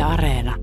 Yle Areena.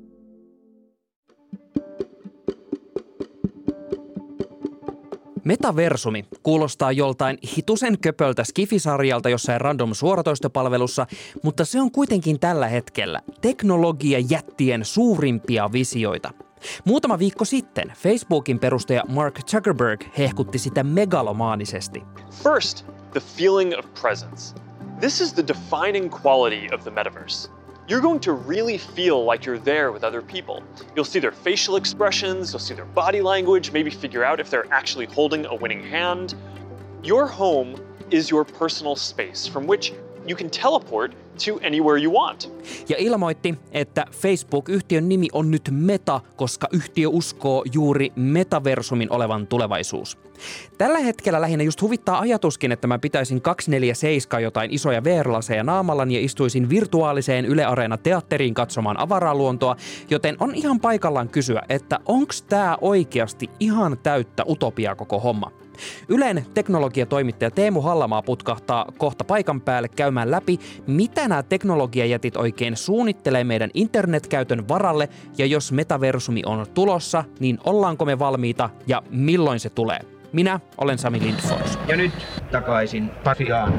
Metaversumi kuulostaa joltain hitusen köpöltä skifisarjalta jossain random suoratoistopalvelussa, mutta se on kuitenkin tällä hetkellä teknologiajättien suurimpia visioita. Muutama viikko sitten Facebookin perustaja Mark Zuckerberg hehkutti sitä megalomaanisesti. First, the feeling of presence. This is the defining quality of the metaverse. You're going to really feel like you're there with other people. You'll see their facial expressions, you'll see their body language, maybe figure out if they're actually holding a winning hand. Your home is your personal space from which you can teleport to anywhere you want. Ja ilmoitti, että Facebook-yhtiön nimi on nyt Meta, koska yhtiö uskoo juuri metaversumin olevan tulevaisuus. Tällä hetkellä lähinnä just huvittaa ajatuskin, että mä pitäisin 247 jotain isoja VR-laseja naamallani ja istuisin virtuaaliseen Yle Areena teatteriin katsomaan avaraa luontoa, joten on ihan paikallaan kysyä, että onks tää oikeasti ihan täyttä utopiaa koko homma? Ylen teknologiatoimittaja Teemu Hallamaa putkahtaa kohta paikan päälle käymään läpi, mitä nämä teknologiajätit oikein suunnittelee meidän internetkäytön varalle, ja jos metaversumi on tulossa, niin ollaanko me valmiita ja milloin se tulee? Minä olen Sami Lindfors. Ja nyt takaisin Pasiaan.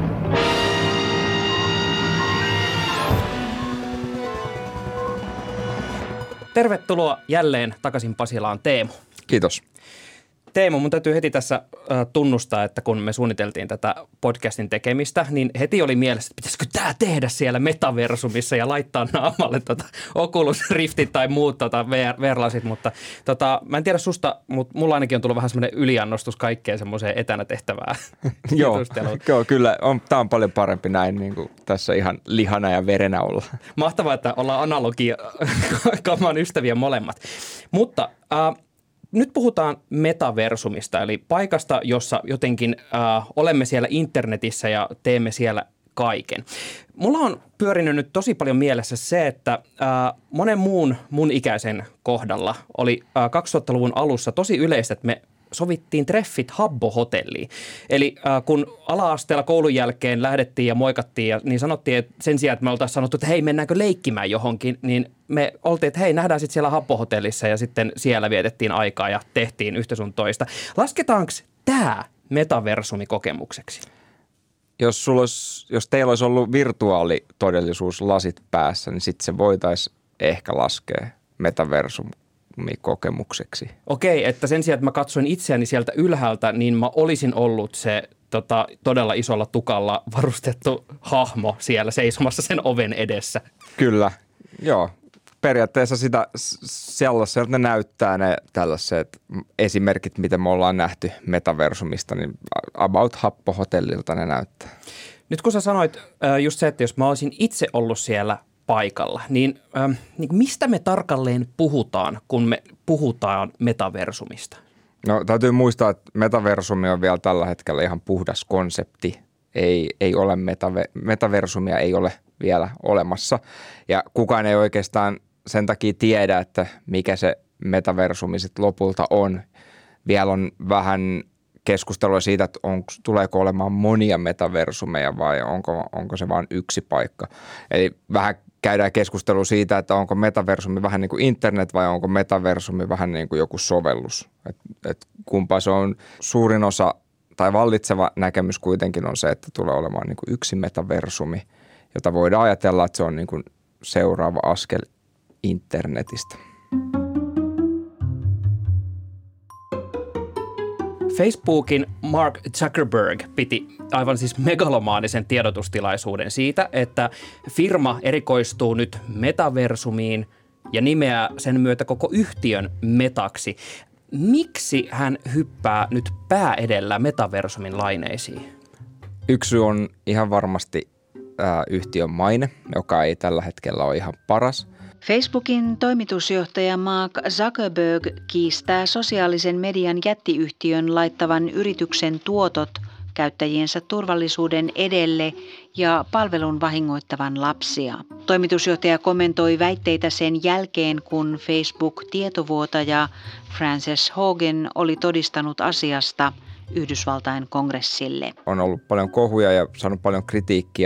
Tervetuloa jälleen takaisin Pasilaan, Teemu. Kiitos. Teemu, mun täytyy heti tässä tunnustaa, että kun me suunniteltiin tätä podcastin tekemistä, niin heti oli mielessä, että pitäisikö tämä tehdä siellä metaversumissa ja laittaa naamalle Oculus Riftit tai muut VR-lasit, mutta mä en tiedä susta, mutta mulla ainakin on tullut vähän semmoinen yliannostus kaikkeen semmoiseen etänä tehtävään keskusteluun. Joo, kyllä. Tämä on paljon parempi näin niin kuin tässä ihan lihana ja verenä olla. Mahtavaa, että ollaan analogia-kaman ystäviä molemmat. Mutta nyt puhutaan metaversumista, eli paikasta, jossa jotenkin olemme siellä internetissä ja teemme siellä kaiken. Mulla on pyörinyt nyt tosi paljon mielessä se, että monen muun mun ikäisen kohdalla oli 2000-luvun alussa tosi yleistä, että me sovittiin treffit Habbo-hotelliin. Eli kun ala-asteella koulun jälkeen lähdettiin ja moikattiin, niin sanottiin, että sen sijaan, että me oltaisiin sanottu, että hei, mennäänkö leikkimään johonkin, niin me oltiin, että hei, nähdään sitten siellä Habbo-hotellissa ja sitten siellä vietettiin aikaa ja tehtiin yhtä sun toista. Lasketaanko tämä metaversumikokemukseksi? Jos teillä olisi ollut virtuaalitodellisuuslasit päässä, niin sitten se voitaisiin ehkä laskea metaversumikokemukseksi. Okei, että sen sijaan, että mä katsoin itseäni sieltä ylhäältä, niin mä olisin ollut se todella isolla tukalla varustettu hahmo siellä seisomassa sen oven edessä. Kyllä, joo. Periaatteessa sellaiselta ne näyttää ne tällaiset esimerkit, mitä me ollaan nähty metaversumista, niin about Habbo-hotellilta ne näyttää. Nyt kun sä sanoit just se, että jos mä olisin itse ollut siellä paikalla, niin mistä me tarkalleen puhutaan, kun me puhutaan metaversumista? No täytyy muistaa, että metaversumi on vielä tällä hetkellä ihan puhdas konsepti. Ei ole metaversumia ei ole vielä olemassa ja kukaan ei oikeastaan sen takia tiedä, että mikä se metaversumi sitten lopulta on. Vielä on vähän keskustelua siitä, että tuleeko olemaan monia metaversumeja vai onko se vain yksi paikka. Eli vähän käydään keskustelua siitä, että onko metaversumi vähän niin kuin internet vai onko metaversumi vähän niin kuin joku sovellus. Et kumpa se on suurin osa tai vallitseva näkemys kuitenkin on se, että tulee olemaan niin kuin yksi metaversumi, jota voidaan ajatella, että se on niin kuin seuraava askel internetistä. Facebookin Mark Zuckerberg piti aivan siis megalomaanisen tiedotustilaisuuden siitä, että firma erikoistuu nyt metaversumiin ja nimeää sen myötä koko yhtiön Metaksi. Miksi hän hyppää nyt pää edellä metaversumin laineisiin? Yksi on ihan varmasti yhtiön maine, joka ei tällä hetkellä ole ihan paras. Facebookin toimitusjohtaja Mark Zuckerberg kiistää sosiaalisen median jättiyhtiön laittavan yrityksen tuotot käyttäjiensä turvallisuuden edelle ja palvelun vahingoittavan lapsia. Toimitusjohtaja kommentoi väitteitä sen jälkeen, kun Facebook-tietovuotaja Frances Haugen oli todistanut asiasta Yhdysvaltain kongressille. On ollut paljon kohuja ja saanut paljon kritiikkiä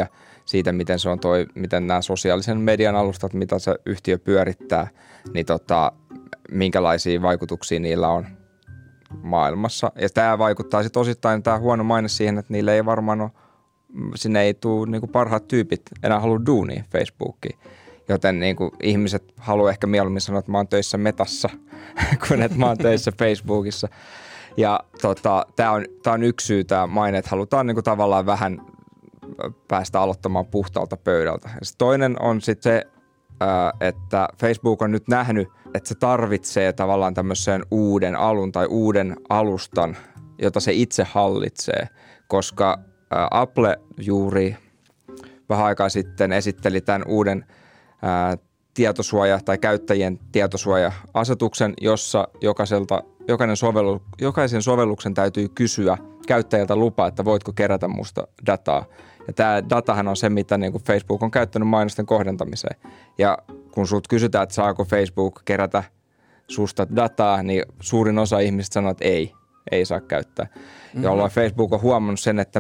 siitä, miten se on miten nämä sosiaalisen median alustat, mitä se yhtiö pyörittää, niin minkälaisia vaikutuksia niillä on maailmassa. Ja tämä vaikuttaa sitten osittain tämä huono maine siihen, että niille ei varmaan ole, sinne ei tule niin kuin parhaat tyypit enää halua duunia Facebookiin. Joten niin kuin ihmiset haluaa ehkä mieluummin sanoa, että mä oon töissä Metassa, kuin että mä oon töissä Facebookissa. Ja tämä on yksi syy, tämä maine, että halutaan niin kuin tavallaan vähän päästä aloittamaan puhtaalta pöydältä. Ja toinen on sitten se, että Facebook on nyt nähnyt, että se tarvitsee tavallaan tämmöisen uuden alun tai uuden alustan, jota se itse hallitsee, koska Apple juuri vähän aikaa sitten esitteli tämän uuden tietosuoja- tai käyttäjien tietosuoja-asetuksen, jossa jokaisen sovelluksen täytyy kysyä käyttäjältä lupa, että voitko kerätä musta dataa. Ja tämä datahan on se, mitä niin kuin Facebook on käyttänyt mainosten kohdentamiseen. Ja kun sulta kysytään, että saako Facebook kerätä susta dataa, niin suurin osa ihmisistä sanoo, että ei saa käyttää. Jolloin Facebook on huomannut sen, että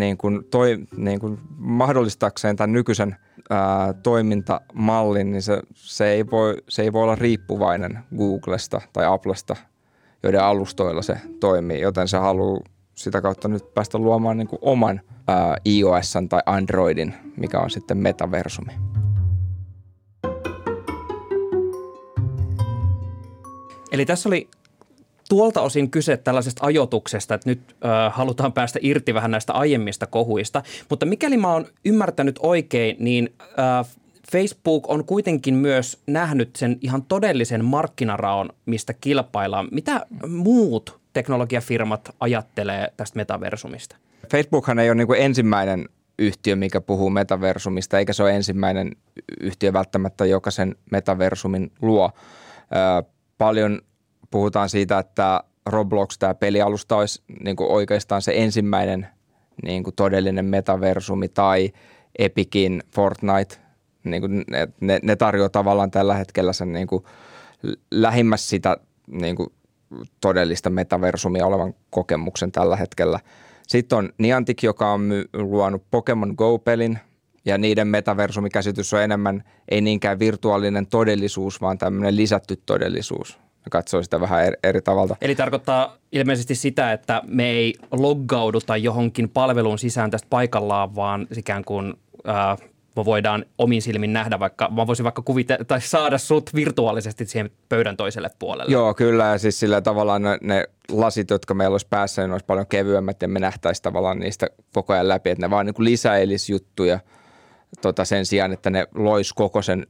mahdollistaakseen tämän nykyisen toimintamallin, niin se ei voi olla riippuvainen Googlesta tai Applesta, joiden alustoilla se toimii, joten se haluaa sitä kautta nyt päästä luomaan niin kuin oman iOS:n tai Androidin, mikä on sitten metaversumi. Eli tässä oli tuolta osin kyse tällaisesta ajoituksesta, että nyt halutaan päästä irti vähän näistä aiemmista kohuista, mutta mikäli mä oon ymmärtänyt oikein, niin Facebook on kuitenkin myös nähnyt sen ihan todellisen markkinaraon, mistä kilpaillaan. Mitä muut teknologiafirmat ajattelee tästä metaversumista? Facebookhan ei ole niin kuin ensimmäinen yhtiö, mikä puhuu metaversumista, eikä se ole ensimmäinen yhtiö välttämättä, joka sen metaversumin luo. Paljon puhutaan siitä, että Roblox, tämä pelialusta, olisi niin kuin oikeastaan se ensimmäinen niin kuin todellinen metaversumi, tai Epicin Fortnite. Niin kuin ne tarjoaa tavallaan tällä hetkellä sen niin kuin lähimmäs sitä niin kuin todellista metaversumia olevan kokemuksen tällä hetkellä. Sitten on Niantic, joka on luonut Pokemon Go-pelin, ja niiden metaversumikäsitys on enemmän ei niinkään virtuaalinen todellisuus, vaan tämmöinen lisätty todellisuus. Ne katsoo sitä vähän eri tavalla. Eli tarkoittaa ilmeisesti sitä, että me ei loggauduta johonkin palveluun sisään tästä paikallaan, vaan ikään kuin me voidaan omin silmin nähdä, mä voisin vaikka tai saada sut virtuaalisesti siihen pöydän toiselle puolelle. Joo, kyllä, ja siis sillä tavallaan ne lasit, jotka meillä olisi päässä, niin olisi paljon kevyemmät, ja me nähtäisiin tavallaan niistä koko ajan läpi, että ne vaan niin kuin lisäilisi juttuja sen sijaan, että ne loisi koko sen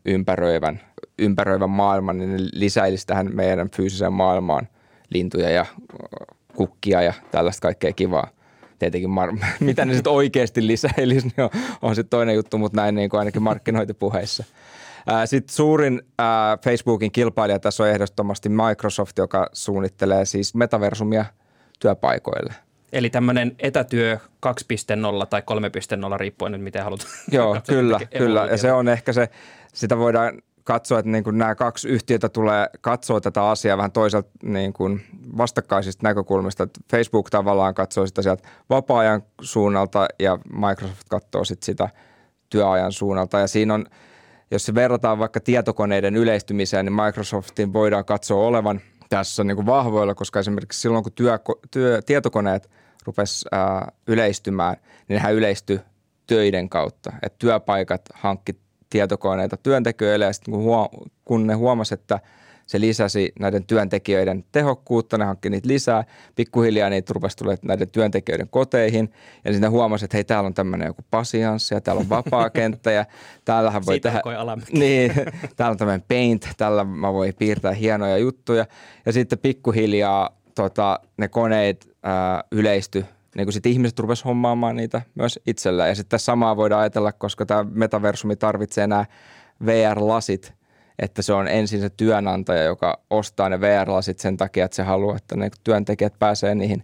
ympäröivän maailman, niin ne lisäilisi tähän meidän fyysiseen maailmaan lintuja ja kukkia ja tällaista kaikkea kivaa. Tietenkin, mitä ne sitten oikeasti lisäilisi, niin on sitten toinen juttu, mutta näin niin kuin ainakin markkinointipuheissa. Sitten suurin Facebookin kilpailija tässä on ehdottomasti Microsoft, joka suunnittelee siis metaversumia työpaikoille. Eli tämmöinen etätyö 2.0 tai 3.0 riippuen nyt miten halutaan. Joo, kyllä. Ja se on ehkä sitä voidaan katsoa, että niin kuin nämä kaksi yhtiötä tulee katsoa tätä asiaa vähän toiselta niin kuin vastakkaisista näkökulmista. Että Facebook tavallaan katsoo sitä sieltä vapaa-ajan suunnalta ja Microsoft katsoo sitä työajan suunnalta. Ja siinä on, jos se verrataan vaikka tietokoneiden yleistymiseen, niin Microsoftin voidaan katsoa olevan tässä niin kuin vahvoilla, koska esimerkiksi silloin, kun tietokoneet rupesi yleistymään, niin nehän yleistyi töiden kautta. Että työpaikat hankki tietokoneita työntekijöille, ja sitten kun ne huomasivat, että se lisäsi näiden työntekijöiden tehokkuutta, ne hankki niitä lisää, pikkuhiljaa niitä rupesi tulemaan näiden työntekijöiden koteihin, ja sitten ne huomasivat, että hei, täällä on tämmöinen joku pasianssi, ja täällä on vapaakenttä, ja täällähän voi tehdä, niin, täällä on tämmöinen Paint, tällä mä voin piirtää hienoja juttuja, ja sitten pikkuhiljaa ne koneet yleistyi, niin kuin sitten ihmiset rupesivat hommaamaan niitä myös itsellään. Ja sitten samaa voidaan ajatella, koska tämä metaversumi tarvitsee nämä VR-lasit, että se on ensin se työnantaja, joka ostaa ne VR-lasit sen takia, että se haluaa, että ne työntekijät pääsee niihin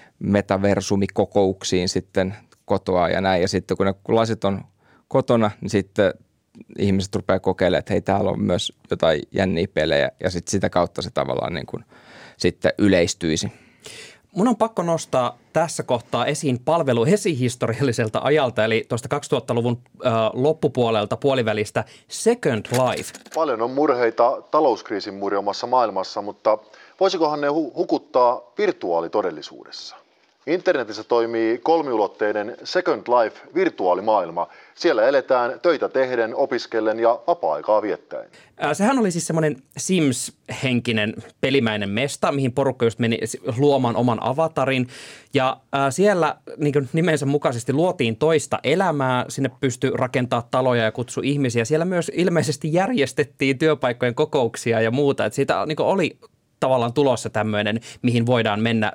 metaversumikokouksiin sitten kotoa ja näin. Ja sitten kun ne lasit on kotona, niin sitten ihmiset rupeaa kokeilemaan, että hei, täällä on myös jotain jänniä pelejä, ja sitten sitä kautta se tavallaan niin kuin sitten yleistyisi. Mun on pakko nostaa tässä kohtaa esiin palvelu esihistorialliselta ajalta, eli tuosta 2000-luvun loppupuolelta puolivälistä Second Life. Paljon on murheita talouskriisin murjomassa maailmassa, mutta voisikohan ne hukuttaa virtuaalitodellisuudessa? Internetissä toimii kolmiulotteinen Second Life virtuaalimaailma. Siellä eletään töitä tehden, opiskellen ja vapaa-aikaa viettäen. Sehän oli siis semmoinen Sims-henkinen pelimäinen mesta, mihin porukka just meni luomaan oman avatarin. Ja siellä niin kuin nimensä mukaisesti luotiin toista elämää, sinne pystyi rakentamaan taloja ja kutsua ihmisiä. Siellä myös ilmeisesti järjestettiin työpaikkojen kokouksia ja muuta. Et siitä niin kuin oli tavallaan tulossa tämmöinen, mihin voidaan mennä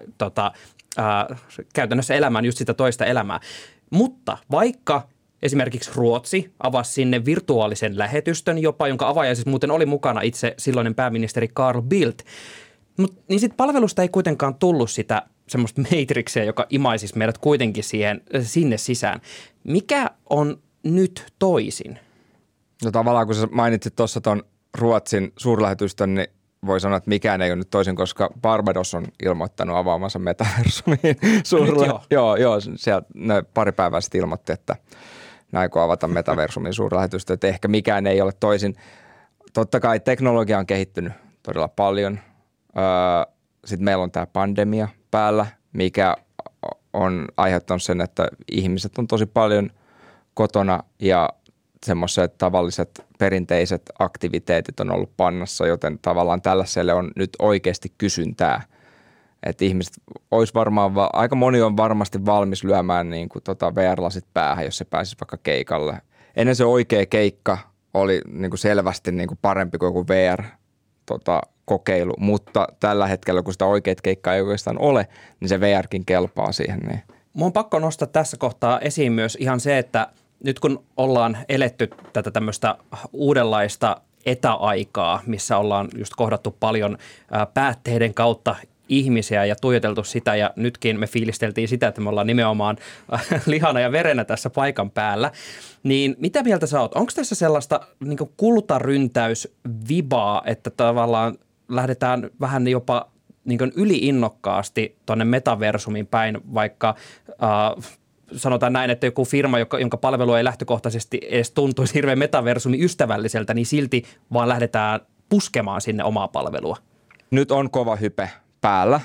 käytännössä elämään just sitä toista elämää. Mutta vaikka esimerkiksi Ruotsi avasi sinne virtuaalisen lähetystön jopa, jonka avaajaisissa muuten oli mukana itse silloinen pääministeri Carl Bildt, niin sitten palvelusta ei kuitenkaan tullut sitä semmoista matrixia, joka imaisisi meidät kuitenkin sinne sisään. Mikä on nyt toisin? No tavallaan kun sä mainitsit tuossa tuon Ruotsin suurlähetystön, niin voi sanoa, että mikään ei ole nyt toisin, koska Barbados on ilmoittanut avaamansa metaversumiin. Joo, sieltä ne pari päivää sitten ilmoitti, että ne aikoo avata metaversumin suurlähetystö, että ehkä mikään ei ole toisin. Totta kai teknologia on kehittynyt todella paljon. Sitten meillä on tämä pandemia päällä, mikä on aiheuttanut sen, että ihmiset on tosi paljon kotona ja semmoiset tavalliset perinteiset aktiviteetit on ollut pannassa, joten tavallaan tällaiselle on nyt oikeasti kysyntää. Että ihmiset olisi varmaan, aika moni on varmasti valmis lyömään niin kuin VR-lasit päähän, jos se pääsisi vaikka keikalle. Ennen se oikea keikka oli niin kuin selvästi niin kuin parempi kuin joku VR-kokeilu, mutta tällä hetkellä, kun sitä oikeat keikkaa ei oikeastaan ole, niin se VRkin kelpaa siihen. Niin. Mun on pakko nostaa tässä kohtaa esiin myös ihan se, että nyt kun ollaan eletty tätä tämmöistä uudenlaista etäaikaa, missä ollaan just kohdattu paljon päätteiden kautta ihmisiä ja tuijoteltu sitä ja nytkin me fiilisteltiin sitä, että me ollaan nimenomaan lihana ja verenä tässä paikan päällä, niin mitä mieltä sä oot? Onko tässä sellaista niin kuin kultaryntäysvibaa, että tavallaan lähdetään vähän jopa niin kuin yliinnokkaasti tuonne metaversumin päin, vaikka sanotaan näin, että joku firma, jonka palvelu ei lähtökohtaisesti edes tuntuisi hirveän metaversumi-ystävälliseltä, niin silti vaan lähdetään puskemaan sinne omaa palvelua. Nyt on kova hype päällä.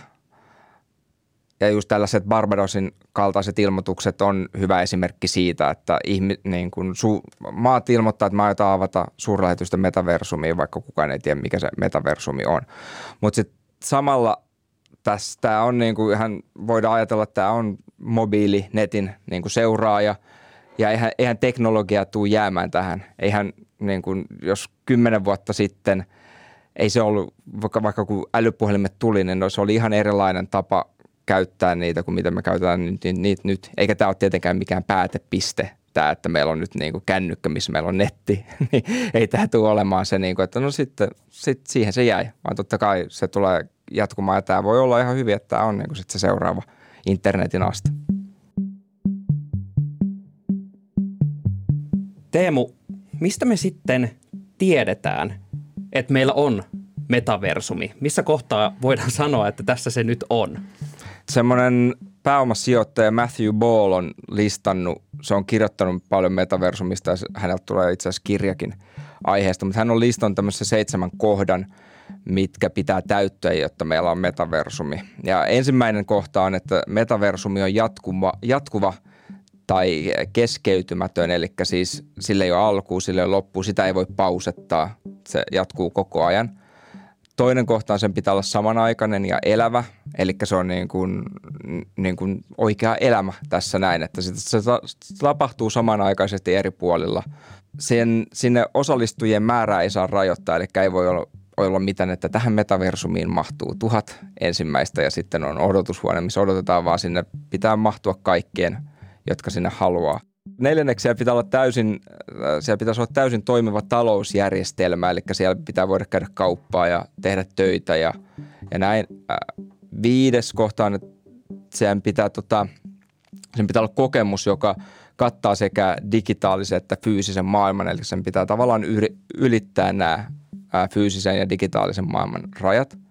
Ja just tällaiset Barbadosin kaltaiset ilmoitukset on hyvä esimerkki siitä, että maat ilmoittaa, että mä aiotaan avata suurlähetystä metaversumiin, vaikka kukaan ei tiedä, mikä se metaversumi on. Mutta sitten samalla tämä on niin kuin ihan, voidaan ajatella, että tämä on mobiilinetin niin kuin seuraaja ja eihän teknologia tule jäämään tähän. Eihän niin kuin, jos 10 vuotta sitten ei se ollut, vaikka kun älypuhelimet tuli, niin se oli ihan erilainen tapa käyttää niitä kuin mitä me käytetään niitä nyt. Eikä tämä ole tietenkään mikään päätepiste, tämä, että meillä on nyt niin kuin kännykkä, missä meillä on netti. Ei tämä tule olemaan se, niin kuin, että no sitten siihen se jäi, vaan totta kai se tulee jatkumaan ja tämä voi olla ihan hyvin, että tämä on niin kuin sit se seuraava internetin aste. Teemu, mistä me sitten tiedetään, että meillä on metaversumi? Missä kohtaa voidaan sanoa, että tässä se nyt on? Semmoinen pääomasijoittaja Matthew Ball on listannut, se on kirjoittanut paljon metaversumista ja häneltä tulee itse asiassa kirjakin aiheesta, mutta hän on listannut tämmöisen 7 kohdan, mitkä pitää täyttyä, jotta meillä on metaversumi. Ja ensimmäinen kohta on, että metaversumi on jatkuva tai keskeytymätön, eli siis sillä ei ole alkua, sillä ei ole loppua, sitä ei voi pausettaa, se jatkuu koko ajan. Toinen kohta on, sen pitää olla samanaikainen ja elävä, eli se on niin kuin oikea elämä tässä näin, että se tapahtuu samanaikaisesti eri puolilla. Sinne osallistujien määrää ei saa rajoittaa, eli ei voi olla mitään, että tähän metaversumiin mahtuu 1000 ensimmäistä ja sitten on odotushuone, missä odotetaan, vaan sinne pitää mahtua kaikkien, jotka sinne haluaa. 4. siellä pitäisi olla täysin toimiva talousjärjestelmä, eli siellä pitää voida käydä kauppaa ja tehdä töitä ja näin. 5. kohta on, että sen pitää olla kokemus, joka kattaa sekä digitaalisen että fyysisen maailman, eli sen pitää tavallaan ylittää nämä fyysisen ja digitaalisen maailman rajat.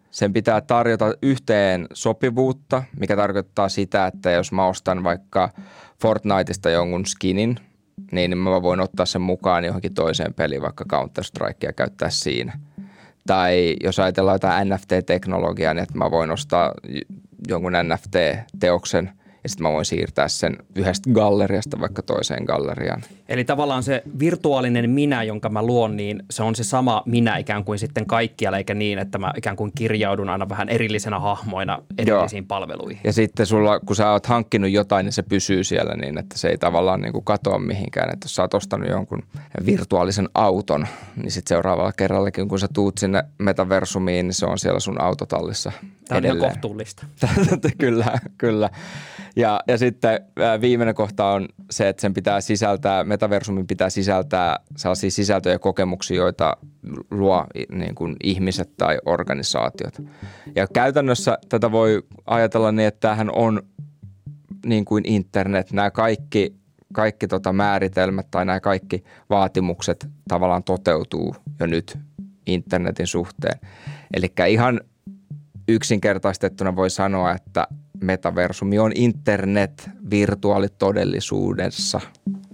Sen pitää tarjota yhteen sopivuutta, mikä tarkoittaa sitä, että jos mä ostan vaikka Fortniteista jonkun skinin, niin mä voin ottaa sen mukaan johonkin toiseen peliin, vaikka Counter-Strikea käyttää siinä. Tai jos ajatellaan jotain NFT-teknologiaa, niin että mä voin ostaa jonkun NFT-teoksen ja sitten mä voin siirtää sen yhdestä galleriasta vaikka toiseen galleriaan. Eli tavallaan se virtuaalinen minä, jonka mä luon, niin se on se sama minä ikään kuin sitten kaikkialla, eikä niin, että mä ikään kuin kirjaudun aina vähän erillisenä hahmoina erillisiin palveluihin. Ja sitten sulla, kun sä oot hankkinut jotain, niin se pysyy siellä niin, että se ei tavallaan niin kuin katoa mihinkään. Että jos sä oot ostanut jonkun virtuaalisen auton, niin sitten seuraavalla kerrallakin, kun sä tuut sinne metaversumiin, niin se on siellä sun autotallissa Tämä on edelleen. ihan kohtuullista. Kyllä. Ja sitten viimeinen kohta on se, että sen pitää sisältää, metaversumin pitää sisältää sellaisia sisältöjä ja kokemuksia, joita luo niin kuin ihmiset tai organisaatiot. Ja käytännössä tätä voi ajatella niin, että tämähän on niin kuin internet. Nämä kaikki määritelmät tai nämä kaikki vaatimukset tavallaan toteutuu jo nyt internetin suhteen. Eli ihan yksinkertaistettuna voi sanoa, että metaversumi on internet virtuaalitodellisuudessa.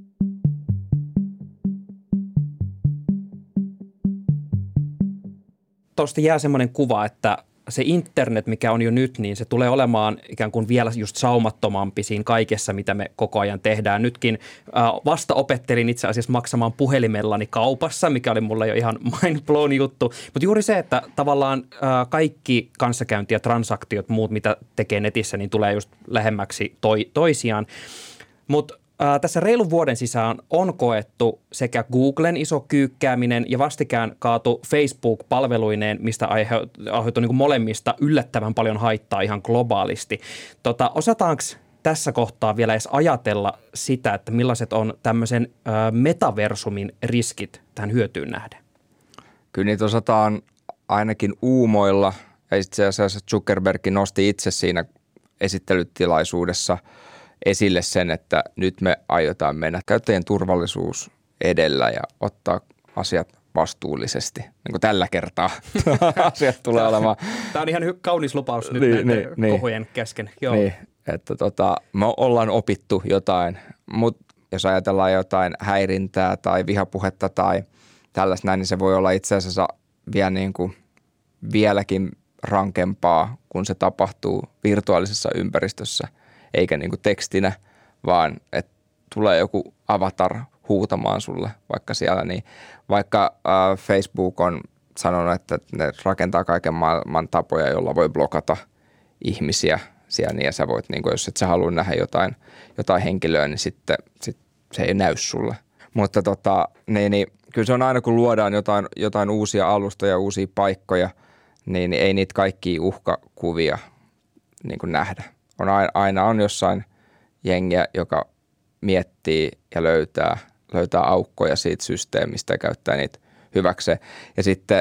Tuosta jää semmoinen kuva, että se internet, mikä on jo nyt, niin se tulee olemaan ikään kuin vielä just saumattomampi siinä kaikessa, mitä me koko ajan tehdään. Nytkin vasta opettelin itse asiassa maksamaan puhelimellani kaupassa, mikä oli mulle jo ihan mind blown juttu. Mutta juuri se, että tavallaan kaikki kanssakäynti ja transaktiot, muut mitä tekee netissä, niin tulee just lähemmäksi toisiaan. Mutta tässä reilun vuoden sisään on koettu sekä Googlen iso kyykkääminen ja vastikään kaatu Facebook-palveluineen, mistä aiheutui niin kuin molemmista yllättävän paljon haittaa ihan globaalisti. Osataanko tässä kohtaa vielä edes ajatella sitä, että millaiset on tämmöisen metaversumin riskit tähän hyötyyn nähden? Kyllä niitä osataan ainakin uumoilla. Ja itse asiassa Zuckerberg nosti itse siinä esittelytilaisuudessa esille sen, että nyt me aiotaan mennä käyttäjien turvallisuus edellä ja ottaa asiat vastuullisesti. Niin kuin tällä kertaa asiat tulee olemaan. Tämä on ihan kaunis lupaus nyt näiden kohujen kesken. Joo. Niin, että me ollaan opittu jotain, mutta jos ajatellaan jotain häirintää tai vihapuhetta tai tällaista näin, niin se voi olla itse asiassa vielä niin kuin vieläkin rankempaa, kun se tapahtuu virtuaalisessa ympäristössä. Eikä niin kuin tekstinä, vaan että tulee joku avatar huutamaan sulle vaikka siellä. Niin vaikka Facebook on sanonut, että ne rakentaa kaiken maailman tapoja, jolla voi blokata ihmisiä siellä, niin ja sä voit, niin kuin, jos et sä halua nähdä jotain henkilöä, niin sitten se ei näy sulle. Mutta niin, kyllä se on aina, kun luodaan jotain uusia alustoja, uusia paikkoja, niin ei niitä kaikkia uhkakuvia niin kuin nähdä. Aina on jossain jengiä, joka miettii ja löytää aukkoja siitä systeemistä ja käyttää niitä hyväkseen. Ja sitten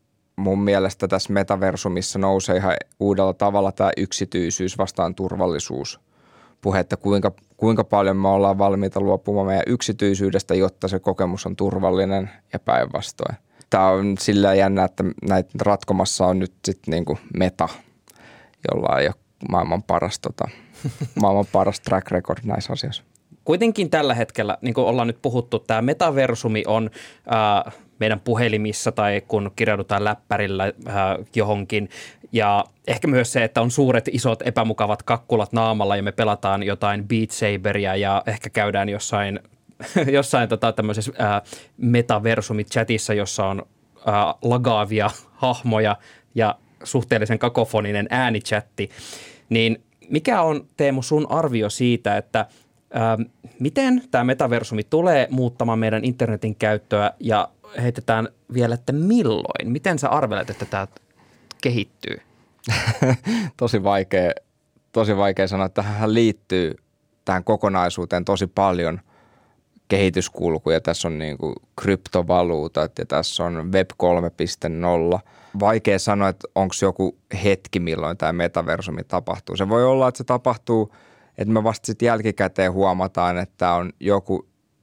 mun mielestä tässä metaversumissa nousee ihan uudella tavalla tämä yksityisyys vastaan turvallisuus. Puhe, että kuinka paljon me ollaan valmiita luopumaan meidän yksityisyydestä, jotta se kokemus on turvallinen ja päinvastoin. Tämä on sillä jännä, että näitä ratkomassa on nyt sitten niinku Meta, jolla ei ole maailman paras track record näissä asioissa. Kuitenkin tällä hetkellä, niin kuin ollaan nyt puhuttu, tämä metaversumi on meidän puhelimissa tai kun kirjaudutaan läppärillä johonkin. Ja ehkä myös se, että on suuret, isot, epämukavat kakkulat naamalla ja me pelataan jotain Beat Saberia ja ehkä käydään jossain tämmöisessä metaversumi-chatissa, jossa on lagaavia hahmoja ja suhteellisen kakofoninen äänichatti. Niin mikä on, Teemu, sun arvio siitä, että miten tämä metaversumi tulee muuttamaan meidän internetin käyttöä ja heitetään vielä, että milloin? Miten sä arvelet, että tämä kehittyy? Tosi vaikea sanoa. Tähän liittyy tähän kokonaisuuteen tosi paljon kehityskulkuja. Tässä on niin kuin kryptovaluutat ja tässä on Web 3.0. Vaikea sanoa, että onko joku hetki, milloin tämä metaversumi tapahtuu. Se voi olla, että se tapahtuu, että me vasta sitten jälkikäteen huomataan, että on joku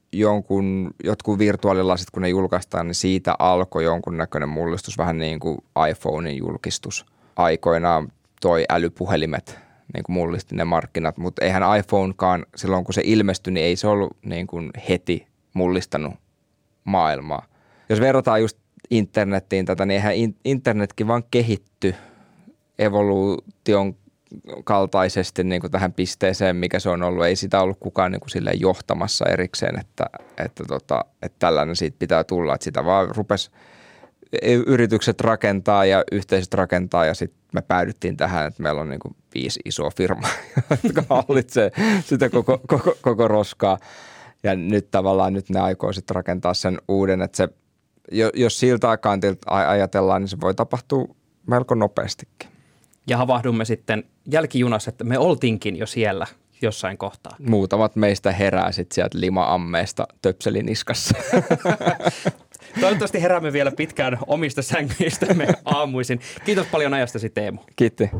jotkut virtuaalilasit, kun ne julkaistaan, niin siitä alkoi jonkunnäköinen mullistus, vähän niin kuin iPhonein julkistus. Aikoinaan toi älypuhelimet niin kuin mullisti ne markkinat, mutta eihän iPhonekaan silloin, kun se ilmestyi, niin ei se ollut niin kuin heti mullistanut maailmaa. Jos verrataan just internettiin tätä, niin eihän internetkin vaan kehitty evoluution kaltaisesti niin kuin tähän pisteeseen, mikä se on ollut. Ei sitä ollut kukaan niin kuin silleen johtamassa erikseen, että tällainen siitä pitää tulla. Että sitä vaan rupesi yritykset rakentaa ja yhteisöt rakentaa ja sitten me päädyttiin tähän, että meillä on niin kuin 5 isoa firmaa, jotka hallitsee sitä koko roskaa. Ja nyt tavallaan ne aikoo sitten rakentaa sen uuden, että se, jos siltä kantilta ajatellaan, niin se voi tapahtua melko nopeastikin. Ja havahdumme sitten jälkijunassa, että me oltiinkin jo siellä jossain kohtaa. Muutamat meistä herää sitten sieltä lima-ammeesta töpselin niskassa. Toivottavasti heräämme vielä pitkään omista sängyistämme aamuisin. Kiitos paljon ajastasi, Teemu. Kiitti.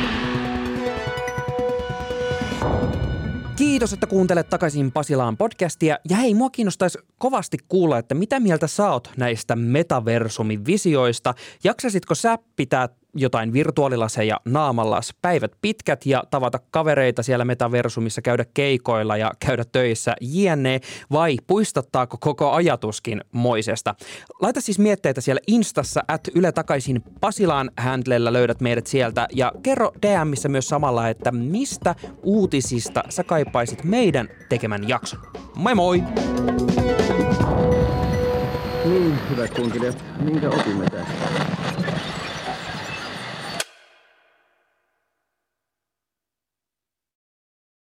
Kiitos, että kuuntelet takaisin Pasilaan podcastia. Ja hei, mua kiinnostaisi kovasti kuulla, että mitä mieltä sä oot näistä metaversumin visioista. Jaksasitko sä pitää jotain virtuaalilaseja naamallas päivät pitkät ja tavata kavereita siellä metaversumissa, käydä keikoilla ja käydä töissä jne, vai puistattaako koko ajatuskin moisesta? Laita siis mietteitä siellä Instassa @Yle Takaisin Pasilaan -handlella, löydät meidät sieltä ja kerro DMissä myös samalla, että mistä uutisista sä kaipaisit meidän tekemän jakson. Moi moi! Niin, hyvät kuuntelijat, minkä opimme tästä?